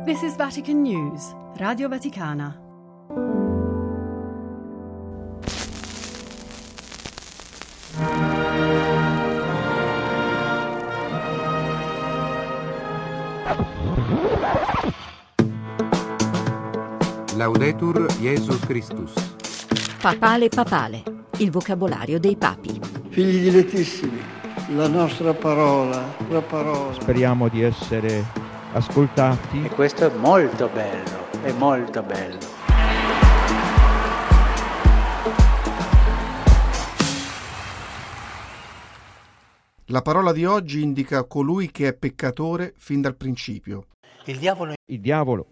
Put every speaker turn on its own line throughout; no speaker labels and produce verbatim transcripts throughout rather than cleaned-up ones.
This is Vatican News, Radio Vaticana.
Laudetur Jesus Christus.
Papale papale, il vocabolario dei papi.
Figli dilettissimi, la nostra parola, la parola.
Speriamo di essere ascoltati.
E questo è molto bello, è molto bello.
La parola di oggi indica colui che è peccatore fin dal principio.
Il diavolo.
Il diavolo.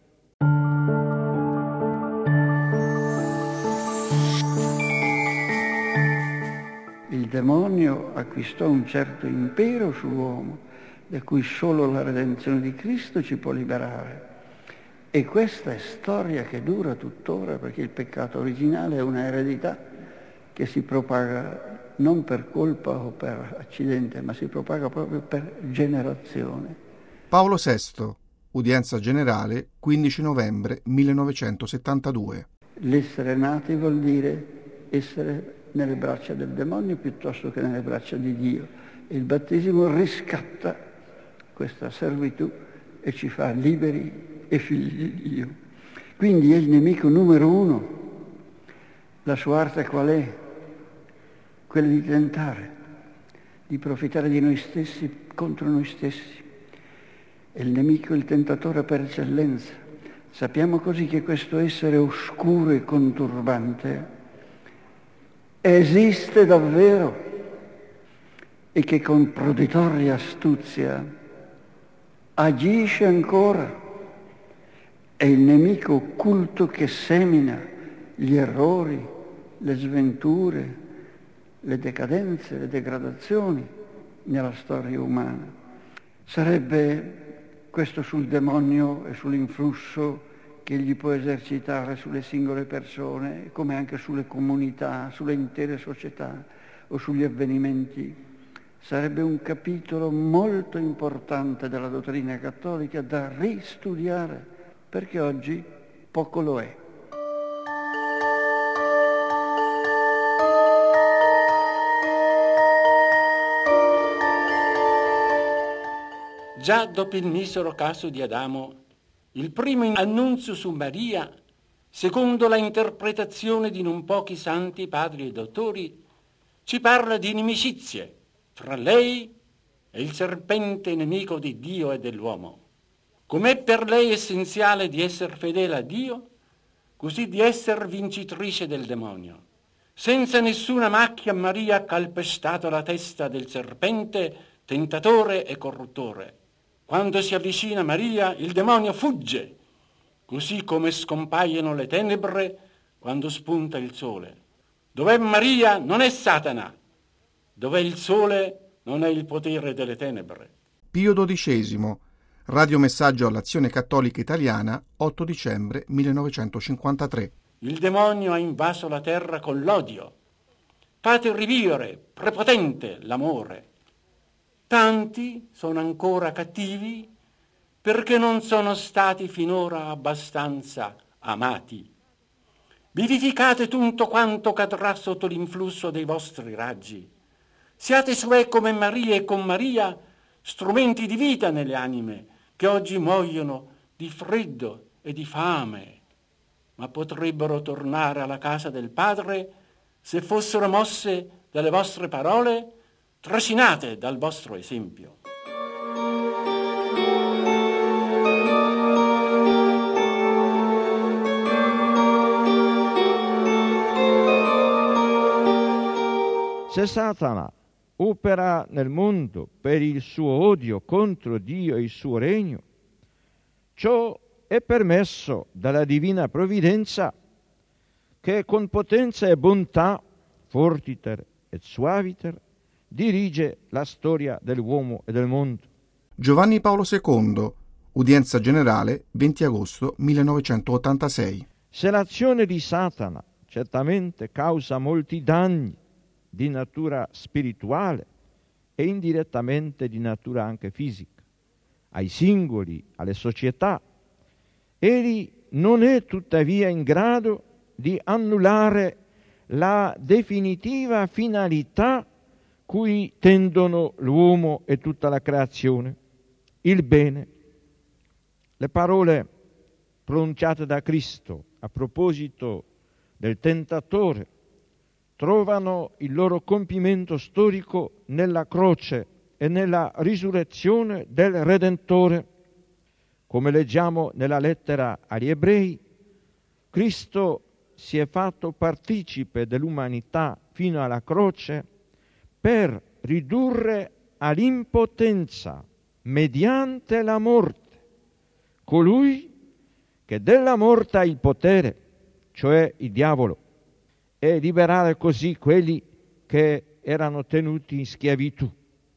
Il demonio acquistò un certo impero sull'uomo, da cui solo la redenzione di Cristo ci può liberare. E questa è storia che dura tuttora, perché il peccato originale è una eredità che si propaga non per colpa o per accidente, ma si propaga proprio per generazione.
Paolo sesto, udienza generale, quindici novembre millenovecentosettantadue.
L'essere nati vuol dire essere nelle braccia del demonio piuttosto che nelle braccia di Dio. E il battesimo riscatta questa servitù e ci fa liberi e figli di Dio. Quindi è il nemico numero uno. La sua arte qual è? Quella di tentare, di profittare di noi stessi contro noi stessi. È il nemico, il tentatore per eccellenza. Sappiamo così che questo essere oscuro e conturbante esiste davvero e che con proditoria astuzia agisce ancora. È il nemico occulto che semina gli errori, le sventure, le decadenze, le degradazioni nella storia umana. Sarebbe questo sul demonio e sull'influsso che egli può esercitare sulle singole persone, come anche sulle comunità, sulle intere società o sugli avvenimenti. Sarebbe un capitolo molto importante della dottrina cattolica da ristudiare, perché oggi poco lo è.
Già dopo il misero caso di Adamo, il primo annunzio su Maria, secondo la interpretazione di non pochi santi padri e dottori, ci parla di inimicizie fra lei e il serpente nemico di Dio e dell'uomo. Com'è per lei essenziale di essere fedele a Dio, così di essere vincitrice del demonio. Senza nessuna macchia Maria ha calpestato la testa del serpente, tentatore e corruttore. Quando si avvicina Maria, il demonio fugge, così come scompaiono le tenebre quando spunta il sole. Dov'è Maria non è Satana, dov'è il sole non è il potere delle tenebre.
Pio dodicesimo, radiomessaggio all'Azione Cattolica Italiana, otto dicembre millenovecentocinquantatré.
Il demonio ha invaso la terra con l'odio. Fate rivivere, prepotente, l'amore. Tanti sono ancora cattivi perché non sono stati finora abbastanza amati. Vivificate tutto quanto cadrà sotto l'influsso dei vostri raggi. Siate cioè come Maria e con Maria strumenti di vita nelle anime che oggi muoiono di freddo e di fame, ma potrebbero tornare alla casa del Padre se fossero mosse dalle vostre parole, trascinate dal vostro esempio.
Se Satana opera nel mondo per il suo odio contro Dio e il suo regno, ciò è permesso dalla divina provvidenza che con potenza e bontà, fortiter et suaviter, dirige la storia dell'uomo e del mondo.
Giovanni Paolo secondo, udienza generale, venti agosto millenovecentottantasei.
Se l'azione di Satana certamente causa molti danni di natura spirituale e indirettamente di natura anche fisica, ai singoli, alle società Egli non è tuttavia in grado di annullare la definitiva finalità cui tendono l'uomo e tutta la creazione, il bene. Le parole pronunciate da Cristo a proposito del tentatore trovano il loro compimento storico nella croce e nella risurrezione del Redentore. Come leggiamo nella lettera agli Ebrei, Cristo si è fatto partecipe dell'umanità fino alla croce per ridurre all'impotenza, mediante la morte, colui che della morte ha il potere, cioè il diavolo, e liberare così quelli che erano tenuti in schiavitù.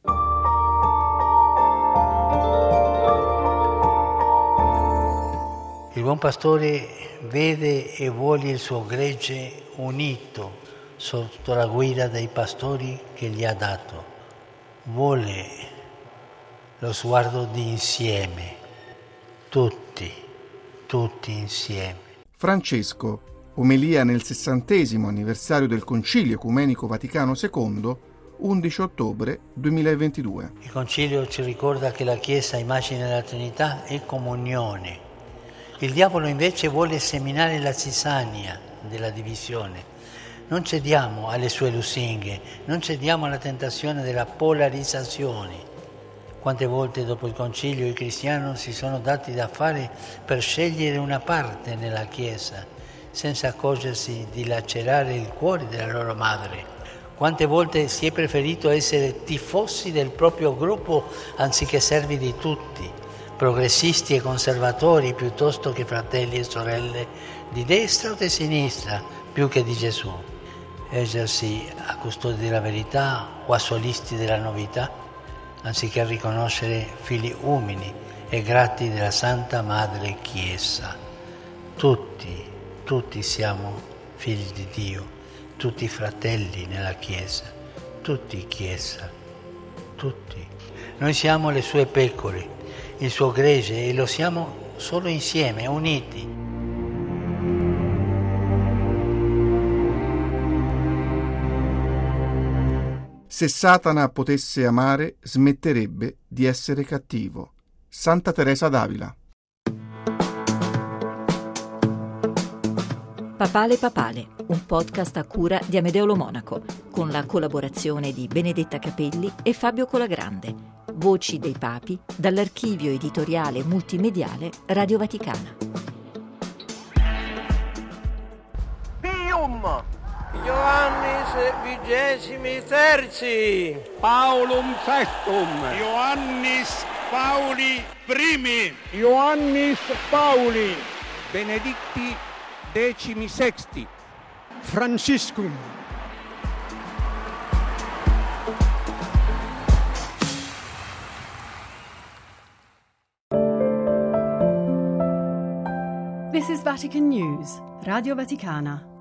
Il buon pastore vede e vuole il suo gregge unito sotto la guida dei pastori che gli ha dato. Vuole lo sguardo di insieme, tutti, tutti insieme.
Francesco, omelia nel sessantesimo anniversario del Concilio Ecumenico Vaticano secondo, undici ottobre duemilaventidue.
Il Concilio ci ricorda che la Chiesa, immagine della Trinità, è comunione. Il diavolo invece vuole seminare la zizzania della divisione. Non cediamo alle sue lusinghe, non cediamo alla tentazione della polarizzazione. Quante volte dopo il Concilio i cristiani si sono dati da fare per scegliere una parte nella Chiesa, senza accorgersi di lacerare il cuore della loro madre. Quante volte si è preferito essere tifosi del proprio gruppo anziché servi di tutti, progressisti e conservatori piuttosto che fratelli e sorelle di destra o di sinistra, più che di Gesù. Ergersi a custodi della verità o a solisti della novità, anziché riconoscere figli umili e grati della Santa Madre Chiesa. Tutti, tutti siamo figli di Dio, tutti fratelli nella Chiesa, tutti Chiesa, tutti. Noi siamo le sue pecore, il suo gregge, e lo siamo solo insieme, uniti.
Se Satana potesse amare, smetterebbe di essere cattivo. Santa Teresa d'Avila.
Papale Papale, un podcast a cura di Amedeo Lo Monaco, con la collaborazione di Benedetta Capelli e Fabio Colagrande. Voci dei Papi, dall'archivio editoriale multimediale Radio Vaticana.
Pium! Ioannis vigesimi terzi,
Paulum sextum,
Ioannis Pauli primi,
Ioannis Pauli, Benedicti decimi sexti, Franciscum.
This is Vatican News, Radio Vaticana.